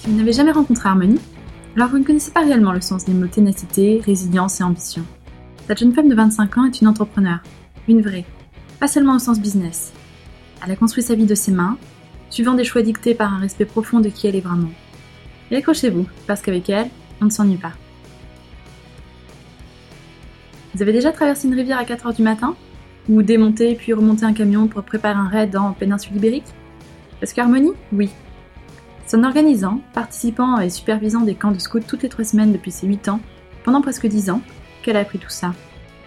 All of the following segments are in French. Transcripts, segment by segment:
Si vous n'avez jamais rencontré Harmonie, alors vous ne connaissez pas réellement le sens des mots ténacité, résilience et ambition. Cette jeune femme de 25 ans est une entrepreneure, une vraie, pas seulement au sens business. Elle a construit sa vie de ses mains, suivant des choix dictés par un respect profond de qui elle est vraiment. Et accrochez-vous, parce qu'avec elle, on ne s'ennuie pas. Vous avez déjà traversé une rivière à 4h du matin? Ou démonté puis remonté un camion pour préparer un raid en péninsule ibérique? Parce qu'Harmonie, oui. C'est en organisant, participant et supervisant des camps de scouts toutes les 3 semaines depuis ses 8 ans, pendant presque 10 ans, qu'elle a appris tout ça.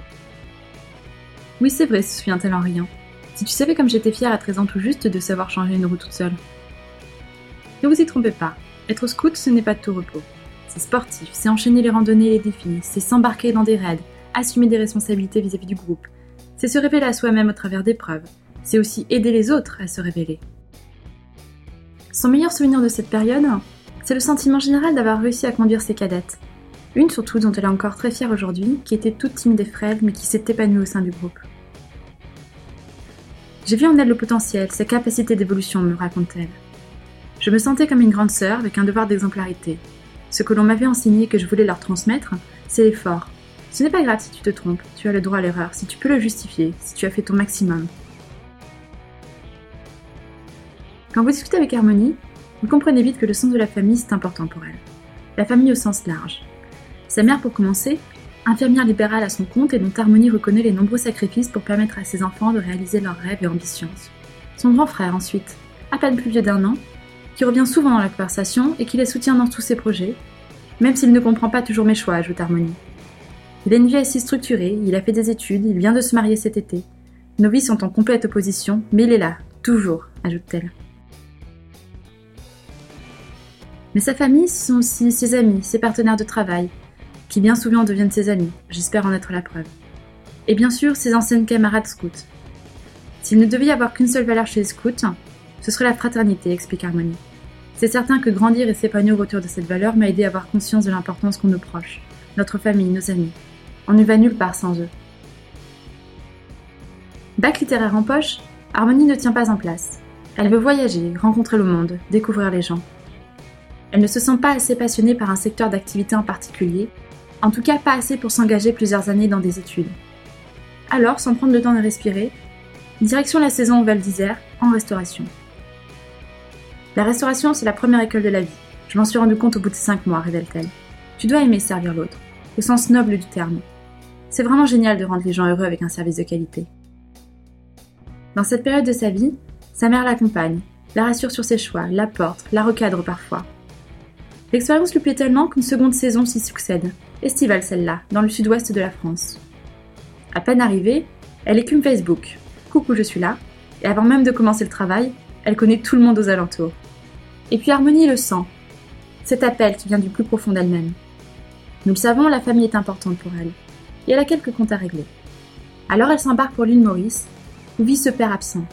Oui, c'est vrai, se souvient-elle en riant. Si tu savais comme j'étais fière à 13 ans tout juste de savoir changer une roue toute seule. Ne vous y trompez pas, être scout ce n'est pas de tout repos. C'est sportif, c'est enchaîner les randonnées et les défis, c'est s'embarquer dans des raids, assumer des responsabilités vis-à-vis du groupe. C'est se révéler à soi-même au travers d'épreuves. C'est aussi aider les autres à se révéler. Son meilleur souvenir de cette période, c'est le sentiment général d'avoir réussi à conduire ses cadettes. Une surtout dont elle est encore très fière aujourd'hui, qui était toute timide et frêle, mais qui s'est épanouie au sein du groupe. J'ai vu en elle le potentiel, sa capacité d'évolution, me raconte-t-elle. Je me sentais comme une grande sœur avec un devoir d'exemplarité. Ce que l'on m'avait enseigné et que je voulais leur transmettre, c'est l'effort. Ce n'est pas grave si tu te trompes, tu as le droit à l'erreur, si tu peux le justifier, si tu as fait ton maximum. Quand vous discutez avec Harmonie, vous comprenez vite que le sens de la famille, c'est important pour elle. La famille au sens large. Sa mère, pour commencer, infirmière libérale à son compte et dont Harmonie reconnaît les nombreux sacrifices pour permettre à ses enfants de réaliser leurs rêves et ambitions. Son grand frère, ensuite, à peine plus vieux d'1 an, qui revient souvent dans la conversation et qui les soutient dans tous ses projets, même s'il ne comprend pas toujours mes choix, ajoute Harmonie. Il a une vie assez structurée, il a fait des études, il vient de se marier cet été. Nos vies sont en complète opposition, mais il est là, toujours, ajoute-t-elle. Mais sa famille, ce sont aussi ses amis, ses partenaires de travail, qui bien souvent deviennent ses amis, j'espère en être la preuve. Et bien sûr, ses anciennes camarades scouts. S'il ne devait y avoir qu'une seule valeur chez les scouts, ce serait la fraternité, explique Harmonie. C'est certain que grandir et s'épanouir autour de cette valeur m'a aidé à avoir conscience de l'importance qu'ont nos proches, notre famille, nos amis. On ne va nulle part sans eux. Bac littéraire en poche, Harmonie ne tient pas en place. Elle veut voyager, rencontrer le monde, découvrir les gens. Elle ne se sent pas assez passionnée par un secteur d'activité en particulier, en tout cas pas assez pour s'engager plusieurs années dans des études. Alors, sans prendre le temps de respirer, direction la saison au Val d'Isère, en restauration. La restauration, c'est la première école de la vie. Je m'en suis rendu compte au bout de 5 mois, révèle-t-elle. Tu dois aimer servir l'autre, au sens noble du terme. C'est vraiment génial de rendre les gens heureux avec un service de qualité. Dans cette période de sa vie, sa mère l'accompagne, la rassure sur ses choix, la porte, la recadre parfois. L'expérience lui plaît tellement qu'une seconde saison s'y succède, estivale celle-là, dans le sud-ouest de la France. À peine arrivée, elle écume Facebook. Coucou, je suis là. Et avant même de commencer le travail, elle connaît tout le monde aux alentours. Et puis Harmonie le sent. Cet appel qui vient du plus profond d'elle-même. Nous le savons, la famille est importante pour elle. Et elle a quelques comptes à régler. Alors elle s'embarque pour l'île Maurice, où vit ce père absent.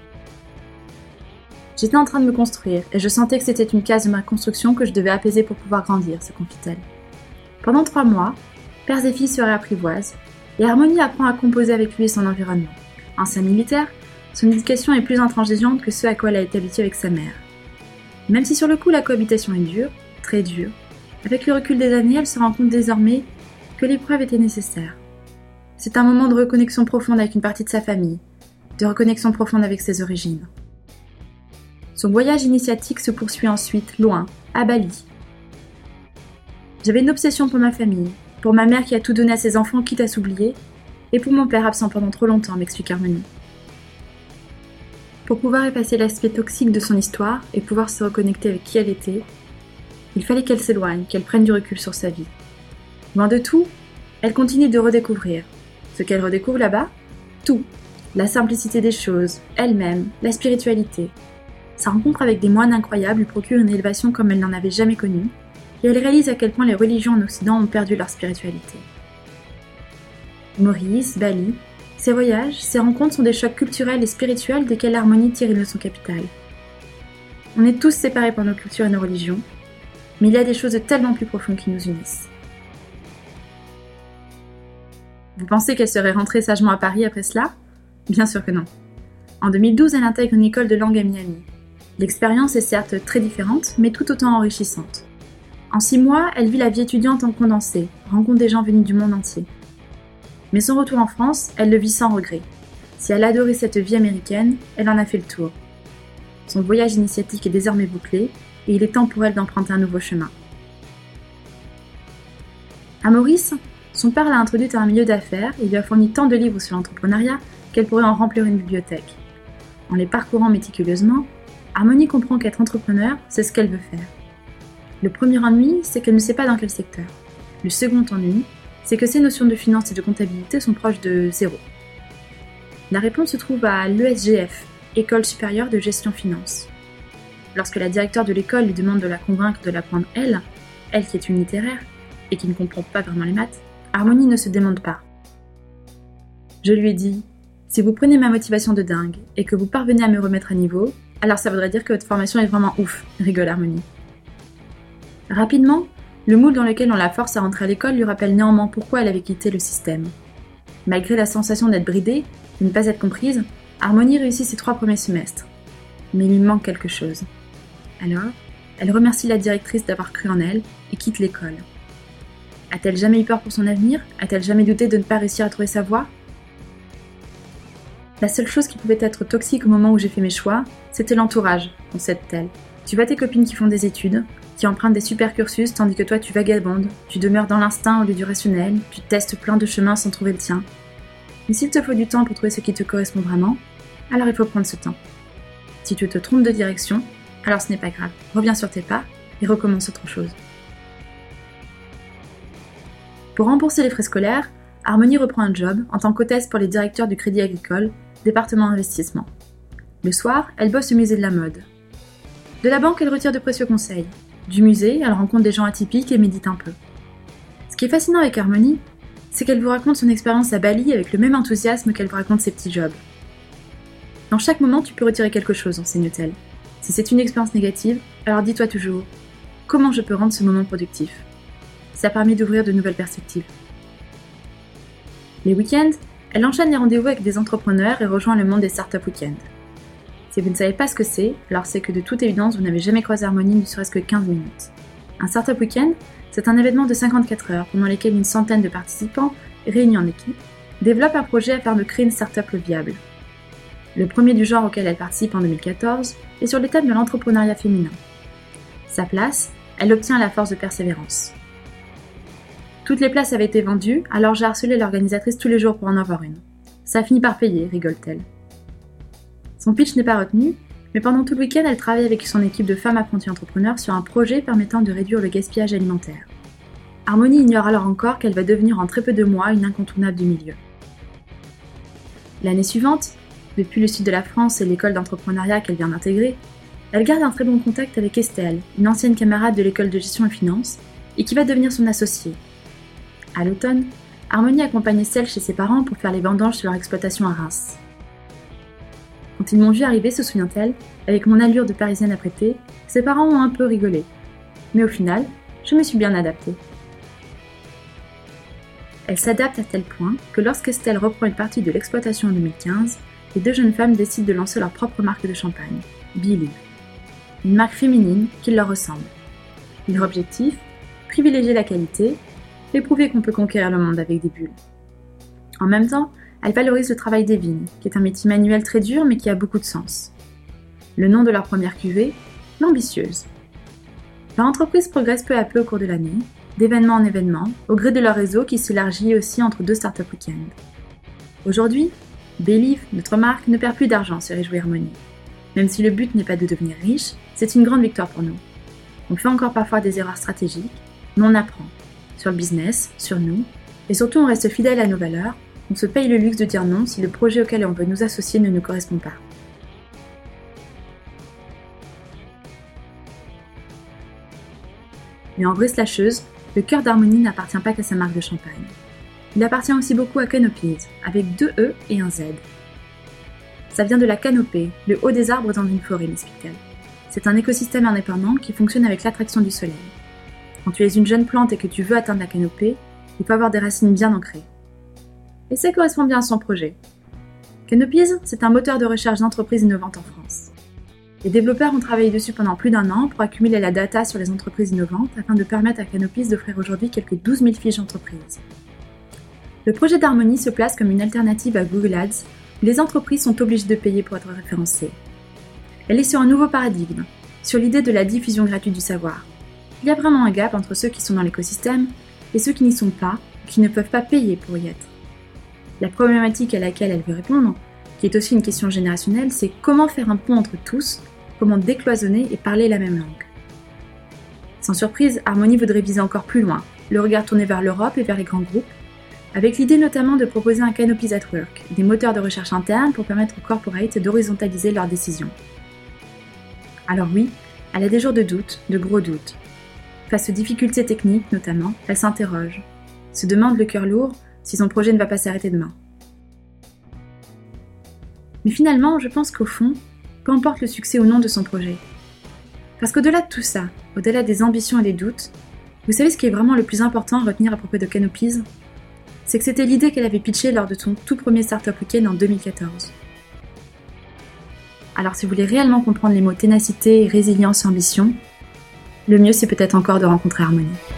J'étais en train de me construire, et je sentais que c'était une case de ma construction que je devais apaiser pour pouvoir grandir, se confie-t-elle. Pendant 3 mois, pères et filles se réapprivoisent, et Harmonie apprend à composer avec lui et son environnement. Ancien militaire, son éducation est plus intransigeante que ce à quoi elle a été habituée avec sa mère. Même si sur le coup la cohabitation est dure, très dure, avec le recul des années, elle se rend compte désormais que l'épreuve était nécessaire. C'est un moment de reconnexion profonde avec une partie de sa famille, de reconnexion profonde avec ses origines. Son voyage initiatique se poursuit ensuite, loin, à Bali. J'avais une obsession pour ma famille, pour ma mère qui a tout donné à ses enfants quitte à s'oublier, et pour mon père absent pendant trop longtemps, m'explique Harmonie. Pour pouvoir effacer l'aspect toxique de son histoire et pouvoir se reconnecter avec qui elle était, il fallait qu'elle s'éloigne, qu'elle prenne du recul sur sa vie. Loin de tout, elle continue de redécouvrir. Ce qu'elle redécouvre là-bas, tout. La simplicité des choses, elle-même, la spiritualité. Sa rencontre avec des moines incroyables lui procure une élévation comme elle n'en avait jamais connue, et elle réalise à quel point les religions en Occident ont perdu leur spiritualité. Maurice, Bali, ces voyages, ces rencontres sont des chocs culturels et spirituels desquels Harmonie tire une leçon capitale. On est tous séparés par nos cultures et nos religions, mais il y a des choses tellement plus profondes qui nous unissent. Vous pensez qu'elle serait rentrée sagement à Paris après cela ? Bien sûr que non. En 2012, elle intègre une école de langue à Miami. L'expérience est certes très différente, mais tout autant enrichissante. En 6 mois, elle vit la vie étudiante en condensé, rencontre des gens venus du monde entier. Mais son retour en France, elle le vit sans regret. Si elle adorait cette vie américaine, elle en a fait le tour. Son voyage initiatique est désormais bouclé, et il est temps pour elle d'emprunter un nouveau chemin. À Maurice, son père l'a introduite à un milieu d'affaires et lui a fourni tant de livres sur l'entrepreneuriat qu'elle pourrait en remplir une bibliothèque. En les parcourant méticuleusement, Harmonie comprend qu'être entrepreneur, c'est ce qu'elle veut faire. Le premier ennui, c'est qu'elle ne sait pas dans quel secteur. Le second ennui, c'est que ses notions de finance et de comptabilité sont proches de zéro. La réponse se trouve à l'ESGF, École supérieure de gestion finance. Lorsque la directeure de l'école lui demande de la convaincre de l'apprendre elle qui est une littéraire et qui ne comprend pas vraiment les maths, Harmonie ne se demande pas. Je lui ai dit, si vous prenez ma motivation de dingue et que vous parvenez à me remettre à niveau, alors ça voudrait dire que votre formation est vraiment ouf, rigole Harmonie. Rapidement, le moule dans lequel on la force à rentrer à l'école lui rappelle néanmoins pourquoi elle avait quitté le système. Malgré la sensation d'être bridée, de ne pas être comprise, Harmonie réussit ses 3 premiers semestres. Mais il lui manque quelque chose. Alors, elle remercie la directrice d'avoir cru en elle et quitte l'école. A-t-elle jamais eu peur pour son avenir ? A-t-elle jamais douté de ne pas réussir à trouver sa voie ? La seule chose qui pouvait être toxique au moment où j'ai fait mes choix, c'était l'entourage, concède-t-elle. Tu vois tes copines qui font des études, qui empruntent des super cursus tandis que toi tu vagabondes, tu demeures dans l'instinct au lieu du rationnel, tu testes plein de chemins sans trouver le tien. Mais s'il te faut du temps pour trouver ce qui te correspond vraiment, alors il faut prendre ce temps. Si tu te trompes de direction, alors ce n'est pas grave, reviens sur tes pas et recommence autre chose. Pour rembourser les frais scolaires, Harmonie reprend un job en tant qu'hôtesse pour les directeurs du Crédit Agricole, département investissement. Le soir, elle bosse au musée de la mode. De la banque, elle retire de précieux conseils. Du musée, elle rencontre des gens atypiques et médite un peu. Ce qui est fascinant avec Harmonie, c'est qu'elle vous raconte son expérience à Bali avec le même enthousiasme qu'elle vous raconte ses petits jobs. Dans chaque moment, tu peux retirer quelque chose, enseigne-t-elle. Si c'est une expérience négative, alors dis-toi toujours « Comment je peux rendre ce moment productif ?» Ça permet d'ouvrir de nouvelles perspectives. Les week-ends, elle enchaîne les rendez-vous avec des entrepreneurs et rejoint le monde des startup week-ends. Si vous ne savez pas ce que c'est, alors c'est que de toute évidence, vous n'avez jamais croisé Harmonie ne serait-ce que 15 minutes. Un startup week-end, c'est un événement de 54 heures pendant lesquelles une centaine de participants, réunis en équipe, développent un projet afin de créer une startup viable. Le premier du genre auquel elle participe en 2014 est sur le thème de l'entrepreneuriat féminin. Sa place, elle l'obtient à la force de persévérance. Toutes les places avaient été vendues, alors j'ai harcelé l'organisatrice tous les jours pour en avoir une. Ça a fini par payer, rigole-t-elle. Son pitch n'est pas retenu, mais pendant tout le week-end, elle travaille avec son équipe de femmes apprenties entrepreneurs sur un projet permettant de réduire le gaspillage alimentaire. Harmonie ignore alors encore qu'elle va devenir en très peu de mois une incontournable du milieu. L'année suivante, depuis le sud de la France et l'école d'entrepreneuriat qu'elle vient d'intégrer, elle garde un très bon contact avec Estelle, une ancienne camarade de l'école de gestion et finance, et qui va devenir son associée. À l'automne, Harmonie accompagne Estelle chez ses parents pour faire les vendanges sur leur exploitation à Reims. Quand ils m'ont vu arriver, se souvient-elle, avec mon allure de parisienne apprêtée, ses parents ont un peu rigolé. Mais au final, je me suis bien adaptée. Elle s'adapte à tel point que lorsqu'Estelle reprend une partie de l'exploitation en 2015, les 2 jeunes femmes décident de lancer leur propre marque de champagne, Believe. Une marque féminine qui leur ressemble. Leur objectif, privilégier la qualité et prouver qu'on peut conquérir le monde avec des bulles. En même temps, elle valorise le travail des vignes, qui est un métier manuel très dur mais qui a beaucoup de sens. Le nom de leur première cuvée, l'ambitieuse. Leur entreprise progresse peu à peu au cours de l'année, d'événement en événement, au gré de leur réseau qui s'élargit aussi entre 2 startup week-ends. Aujourd'hui, Believe, notre marque, ne perd plus d'argent, se réjouit Harmonie. Même si le but n'est pas de devenir riche, c'est une grande victoire pour nous. On fait encore parfois des erreurs stratégiques, mais on apprend. Sur le business, sur nous, et surtout on reste fidèle à nos valeurs, on se paye le luxe de dire non si le projet auquel on veut nous associer ne nous correspond pas. Mais en vraie slasheuse, le cœur d'Harmonie n'appartient pas qu'à sa marque de champagne. Il appartient aussi beaucoup à Canopies, avec 2 E et un Z. Ça vient de la canopée, le haut des arbres dans une forêt, m'explique-t-elle. C'est un écosystème indépendant qui fonctionne avec l'attraction du soleil. Quand tu es une jeune plante et que tu veux atteindre la canopée, il faut avoir des racines bien ancrées. Et ça correspond bien à son projet. Canopies, c'est un moteur de recherche d'entreprises innovantes en France. Les développeurs ont travaillé dessus pendant plus d'1 an pour accumuler la data sur les entreprises innovantes afin de permettre à Canopys d'offrir aujourd'hui quelques 12 000 fiches d'entreprise. Le projet d'Harmony se place comme une alternative à Google Ads, où les entreprises sont obligées de payer pour être référencées. Elle est sur un nouveau paradigme, sur l'idée de la diffusion gratuite du savoir. Il y a vraiment un gap entre ceux qui sont dans l'écosystème et ceux qui n'y sont pas, ou qui ne peuvent pas payer pour y être. La problématique à laquelle elle veut répondre, qui est aussi une question générationnelle, c'est comment faire un pont entre tous, comment décloisonner et parler la même langue. Sans surprise, Harmony voudrait viser encore plus loin, le regard tourné vers l'Europe et vers les grands groupes, avec l'idée notamment de proposer un Canopys at Work, des moteurs de recherche internes pour permettre aux corporates d'horizontaliser leurs décisions. Alors oui, elle a des jours de doute, de gros doutes. Face aux difficultés techniques notamment, elle s'interroge, se demande le cœur lourd si son projet ne va pas s'arrêter demain. Mais finalement, je pense qu'au fond, peu importe le succès ou non de son projet. Parce qu'au-delà de tout ça, au-delà des ambitions et des doutes, vous savez ce qui est vraiment le plus important à retenir à propos de Canopys ? C'est que c'était l'idée qu'elle avait pitchée lors de son tout premier Startup Weekend en 2014. Alors si vous voulez réellement comprendre les mots ténacité, résilience et ambition, le mieux c'est peut-être encore de rencontrer Harmony.